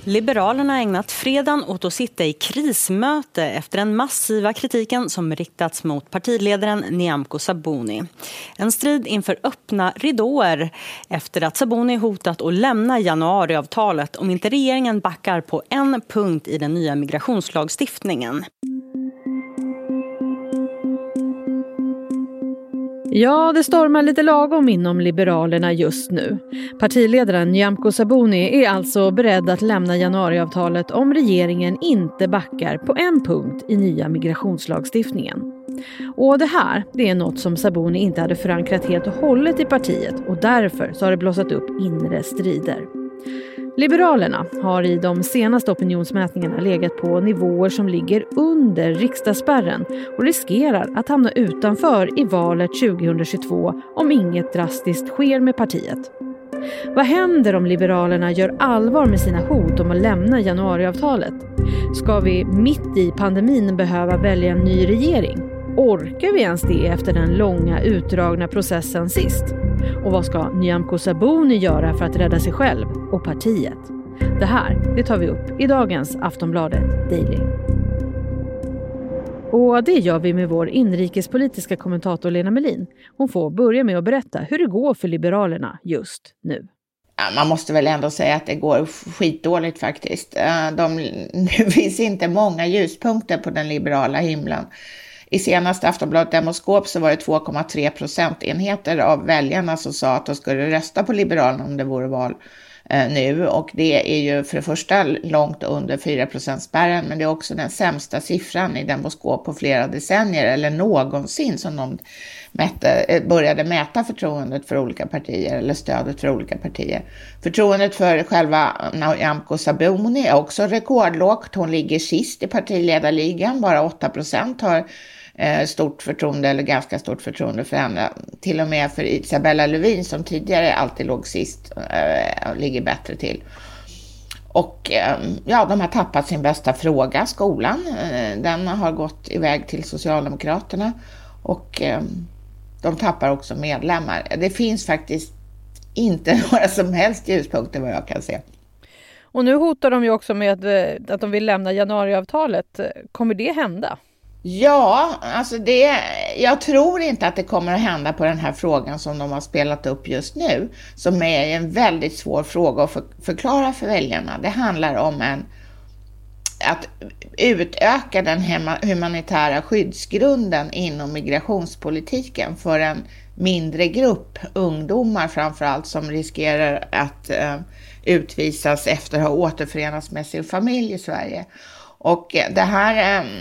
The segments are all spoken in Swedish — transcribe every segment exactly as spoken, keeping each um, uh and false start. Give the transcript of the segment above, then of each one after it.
Liberalerna har ägnat fredagen åt att sitta i krismöte efter den massiva kritiken som riktats mot partiledaren Nyamko Sabuni. En strid inför öppna ridåer efter att Sabuni hotat att lämna januariavtalet om inte regeringen backar på en punkt i den nya migrationslagstiftningen. Ja, det stormar lite lagom inom Liberalerna just nu. Partiledaren Nyamko Sabuni är alltså beredd att lämna januariavtalet om regeringen inte backar på en punkt i nya migrationslagstiftningen. Och det här, det är något som Sabuni inte hade förankrat helt och hållet i partiet och därför så har det blossat upp inre strider. Liberalerna har i de senaste opinionsmätningarna legat på nivåer som ligger under riksdagsspärren och riskerar att hamna utanför i valet tjugohundratjugotvå om inget drastiskt sker med partiet. Vad händer om Liberalerna gör allvar med sina hot om att lämna januariavtalet? Ska vi mitt i pandemin behöva välja en ny regering? Orkar vi ens det efter den långa utdragna processen sist? Och vad ska Nyamko Sabuni göra för att rädda sig själv och partiet? Det här, det tar vi upp i dagens Aftonbladet Daily. Och det gör vi med vår inrikespolitiska kommentator Lena Melin. Hon får börja med att berätta hur det går för Liberalerna just nu. Man måste väl ändå säga att det går skitdåligt faktiskt. De, det finns inte många ljuspunkter på den liberala himlen. I senaste Aftonbladet Demoskop så var det två komma tre procentenheter av väljarna som sa att de skulle rösta på Liberalerna om det vore val eh, nu. Och det är ju för det första långt under fyra procent spärren, men det är också den sämsta siffran i Demoskop på flera decennier eller någonsin som de mätte, började mäta förtroendet för olika partier eller stödet för olika partier. Förtroendet för själva Nyamko Sabuni är också rekordlågt. Hon ligger sist i partiledarligan, bara åtta procent har stort förtroende eller ganska stort förtroende för henne. Till och med för Isabella Lövin som tidigare alltid låg sist äh, ligger bättre till. Och äh, ja, de har tappat sin bästa fråga, skolan. Äh, den har gått iväg till Socialdemokraterna och äh, de tappar också medlemmar. Det finns faktiskt inte några som helst ljuspunkter vad jag kan se. Och nu hotar de ju också med att de vill lämna januariavtalet. Kommer det hända? Ja, alltså det, jag tror inte att det kommer att hända på den här frågan som de har spelat upp just nu. Som är en väldigt svår fråga att för, förklara för väljarna. Det handlar om en, att utöka den humanitära skyddsgrunden inom migrationspolitiken för en mindre grupp ungdomar framförallt som riskerar att uh, utvisas efter att ha återförenats med sin familj i Sverige. Och det här, um,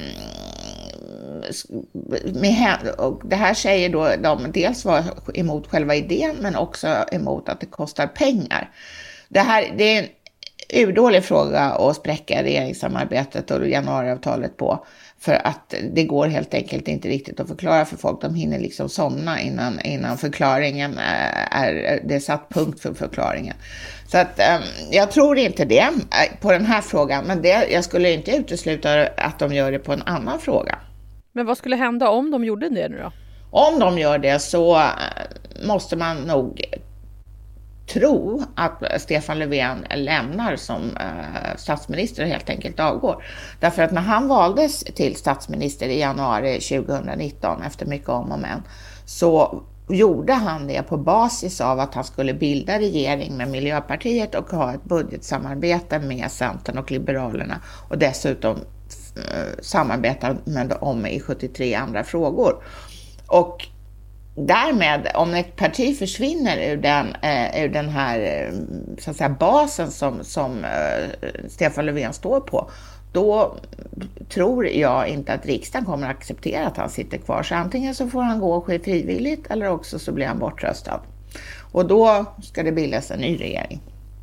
med, och det här säger då de dels var emot själva idén men också emot att det kostar pengar. Det här, det är en urdålig fråga att spräcka regeringssamarbetet och januariavtalet på. För att det går helt enkelt inte riktigt att förklara för folk. De hinner liksom somna innan, innan förklaringen är, det är satt punkt för förklaringen. Så att jag tror inte det på den här frågan. Men det, jag skulle inte utesluta att de gör det på en annan fråga. Men vad skulle hända om de gjorde det nu då? Om de gör det så måste man nog tro att Stefan Löfven lämnar som eh, statsminister och helt enkelt avgår. Därför att när han valdes till statsminister i januari tjugohundranitton efter mycket om och men så gjorde han det på basis av att han skulle bilda regering med Miljöpartiet och ha ett budgetsamarbete med Centern och Liberalerna och dessutom eh, samarbeta med dem i sjuttiotre andra frågor. Och därmed, om ett parti försvinner ur den, eh, ur den här så att säga, basen som, som eh, Stefan Löfven står på, då tror jag inte att riksdagen kommer att acceptera att han sitter kvar. Så antingen så får han gå och ske frivilligt eller också så blir han bortröstad. Och då ska det bildas en ny regering.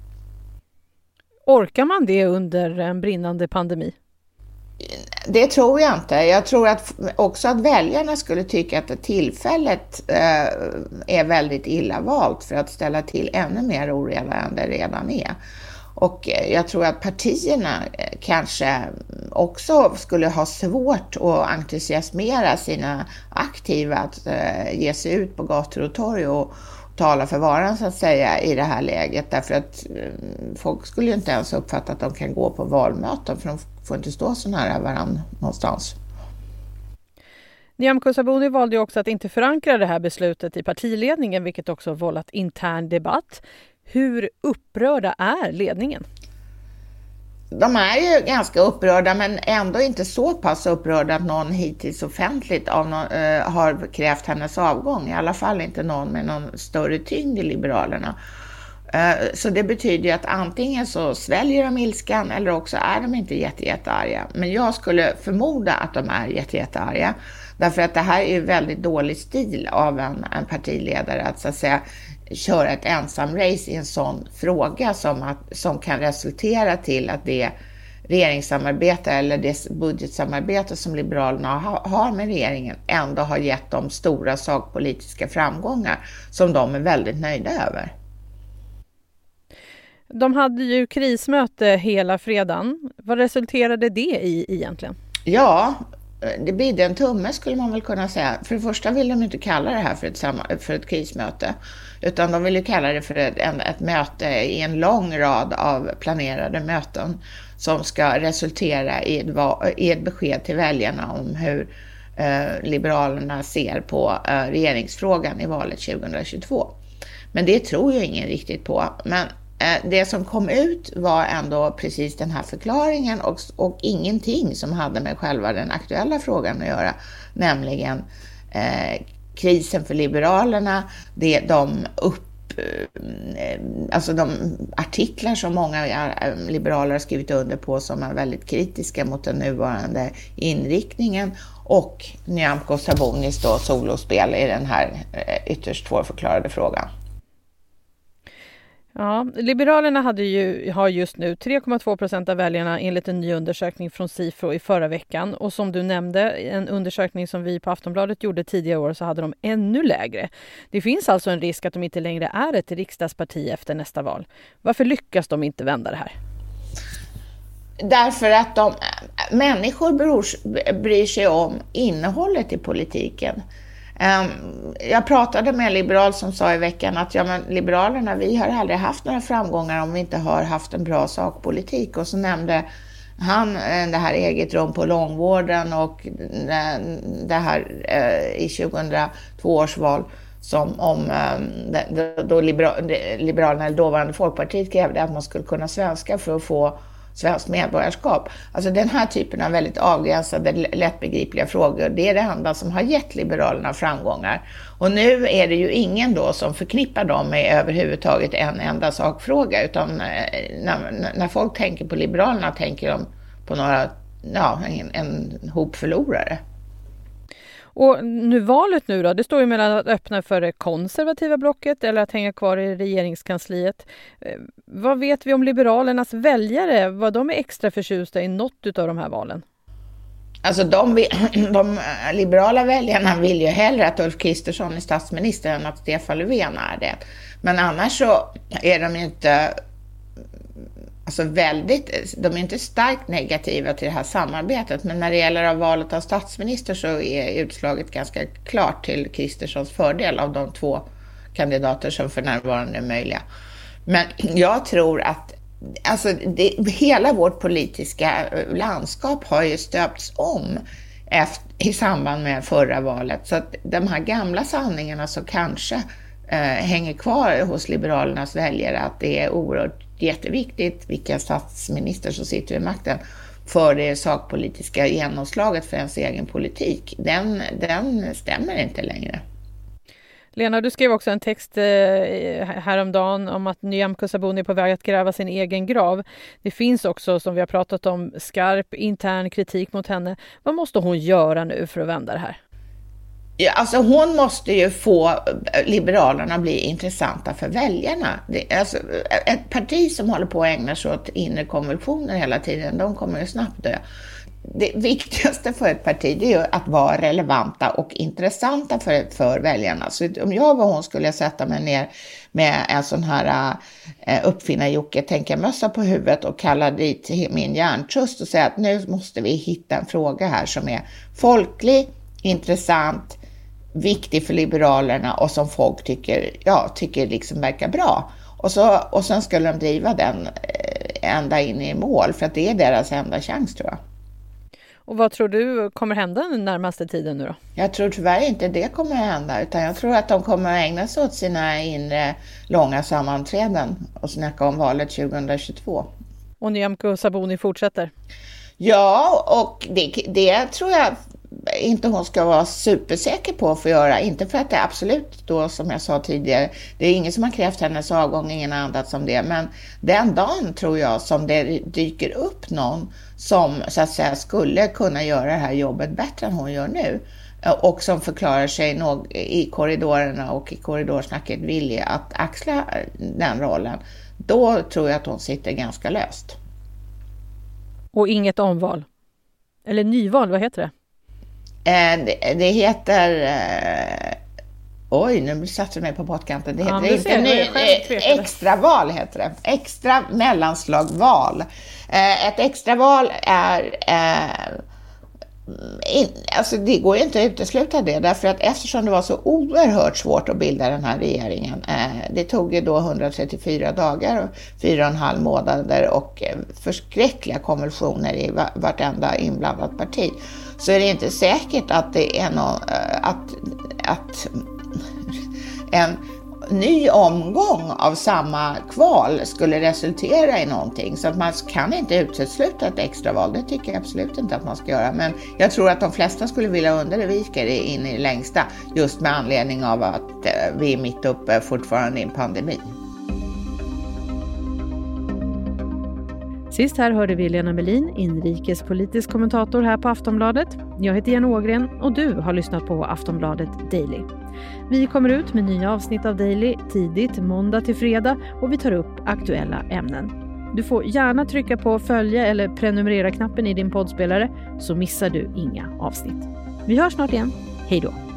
Orkar man det under en brinnande pandemi? Det tror jag inte. Jag tror att också att väljarna skulle tycka att tillfället eh, är väldigt illa valt för att ställa till ännu mer oreda än det redan är. Och jag tror att partierna kanske också skulle ha svårt att entusiasmera sina aktiva att eh, ge sig ut på gator och torg och tala för varan så att säga i det här läget. Därför att folk skulle ju inte ens uppfatta att de kan gå på valmöten, för de får inte stå så nära varandra någonstans. Nyamko Sabuni valde ju också att inte förankra det här beslutet i partiledningen, vilket också vållat intern debatt. Hur upprörda är ledningen? De är ju ganska upprörda, men ändå inte så pass upprörda att någon hittills offentligt av någon, äh, har krävt hennes avgång. I alla fall inte någon med någon större tyngd i Liberalerna. Äh, så det betyder ju att antingen så sväljer de ilskan eller också är de inte jätte, jättearga. Men jag skulle förmoda att de är jätte, jättearga. Därför att det här är ju väldigt dålig stil av en, en partiledare att så att säga köra ett ensam race i en sån fråga som, att, som kan resultera till att det regeringssamarbete eller det budgetsamarbete som Liberalerna ha, har med regeringen ändå har gett dem stora sakpolitiska framgångar som de är väldigt nöjda över. De hade ju krismöte hela fredagen. Vad resulterade det i egentligen? Ja, det bidde en tumme skulle man väl kunna säga. För det första vill de inte kalla det här för ett, samma, för ett krismöte. Utan de vill ju kalla det för ett, ett möte i en lång rad av planerade möten som ska resultera i ett, i ett besked till väljarna om hur eh, Liberalerna ser på eh, regeringsfrågan i valet tjugohundratjugotvå. Men det tror ju ingen riktigt på. Men eh, det som kom ut var ändå precis den här förklaringen och, och ingenting som hade med själva den aktuella frågan att göra. Nämligen eh, krisen för Liberalerna, det de upp alltså de artiklar som många liberaler har skrivit under på som är väldigt kritiska mot den nuvarande inriktningen och Nyamko Sabunis då solospel i den här ytterst svårförklarade frågan. Ja, Liberalerna hade ju, har just nu tre komma två procent av väljarna enligt en ny undersökning från Sifo i förra veckan. Och som du nämnde, en undersökning som vi på Aftonbladet gjorde tidigare år så hade de ännu lägre. Det finns alltså en risk att de inte längre är ett riksdagsparti efter nästa val. Varför lyckas de inte vända det här? Därför att de, människor beror, bryr sig om innehållet i politiken. Jag pratade med en liberal som sa i veckan att ja, men Liberalerna, vi har aldrig haft några framgångar om vi inte har haft en bra sakpolitik. Och så nämnde han det här eget rum på långvården och det här i tjugohundratvå års val som om då Liberalerna eller dåvarande Folkpartiet krävde att man skulle kunna svenska för att få svenskt medborgarskap. Alltså den här typen av väldigt avgränsade, lättbegripliga frågor, det är det enda som har gett Liberalerna framgångar. Och nu är det ju ingen då som förknippar dem med överhuvudtaget en enda sakfråga, utan när, när folk tänker på Liberalerna tänker de på några, ja, en, en hop förlorare. Och nu valet nu då, det står ju mellan att öppna för det konservativa blocket eller att hänga kvar i regeringskansliet. Vad vet vi om Liberalernas väljare? Vad de är extra förtjusta i något av de här valen? Alltså de, de liberala väljarna vill ju hellre att Ulf Kristersson är statsminister än att Stefan Löfven är det. Men annars så är de inte... Alltså väldigt, de är inte starkt negativa till det här samarbetet, men när det gäller av valet av statsminister så är utslaget ganska klart till Kristerssons fördel av de två kandidater som för närvarande är möjliga. Men jag tror att alltså det, hela vårt politiska landskap har ju stöpts om efter, i samband med förra valet, så att de här gamla sanningarna som kanske eh, hänger kvar hos Liberalernas väljare, att det är oerhört jätteviktigt vilken statsminister som sitter i makten för det sakpolitiska genomslaget för ens egen politik. Den, den stämmer inte längre. Lena, du skrev också en text eh, häromdagen om att Nyamko Sabuni är på väg att gräva sin egen grav. Det finns också, som vi har pratat om, skarp intern kritik mot henne. Vad måste hon göra nu för att vända det här? Ja, alltså hon måste ju få Liberalerna bli intressanta för väljarna. Det, alltså, ett parti som håller på att ägna sig åt inre konvulsioner hela tiden, de kommer ju snabbt dö. Det viktigaste för ett parti det är ju att vara relevanta och intressanta för, för väljarna. Så om jag var hon skulle jag sätta mig ner med en sån här uh, uppfinnar-Jocke tänka-mössa på huvudet och kalla dit min hjärntrust och säga att nu måste vi hitta en fråga här som är folklig, intressant, viktig för Liberalerna och som folk tycker, ja, tycker liksom verkar bra. Och, så, och sen skulle de driva den ända in i mål, för att det är deras enda chans, tror jag. Och vad tror du kommer hända den närmaste tiden nu då? Jag tror tyvärr inte det kommer att hända, utan jag tror att de kommer att ägna sig åt sina inre långa sammanträden och snacka om valet tjugohundratjugotvå. Och Nyamko Sabuni fortsätter? Ja, och det, det tror jag inte hon ska vara supersäker på att få göra. Inte för att det är absolut då, som jag sa tidigare, det är ingen som har krävt hennes avgång, ingen andats om det. Men den dagen tror jag som det dyker upp någon som så att säga skulle kunna göra det här jobbet bättre än hon gör nu, och som förklarar sig nog i korridorerna och i korridorsnacket villig att axla den rollen, då tror jag att hon sitter ganska löst. Och inget omval? Eller nyval, vad heter det? Eh, det, det heter... Eh, oj, nu satte du mig på pottkanten. Det heter ja, inte ny, eh, extraval heter det. Extra mellanslagval. Eh, ett extraval är... Eh, in, alltså det går ju inte att utesluta det, därför att eftersom det var så oerhört svårt att bilda den här regeringen, eh, det tog ju då hundratrettiofyra dagar och fyra och en halv månader och eh, förskräckliga konvulsioner i vartenda inblandat parti, så är det inte säkert att det är någon, eh, att, att en ny omgång av samma kval skulle resultera i någonting. Så att man kan inte utesluta ett extraval. Det tycker jag absolut inte att man ska göra. Men jag tror att de flesta skulle vilja undvika det in i det längsta, just med anledning av att vi är mitt uppe fortfarande i en pandemi. Sist här hörde vi Lena Melin, inrikespolitisk kommentator här på Aftonbladet. Jag heter Jenny Ågren och du har lyssnat på Aftonbladet Daily. Vi kommer ut med nya avsnitt av Daily tidigt måndag till fredag och vi tar upp aktuella ämnen. Du får gärna trycka på följa eller prenumerera-knappen i din poddspelare så missar du inga avsnitt. Vi hörs snart igen. Hej då!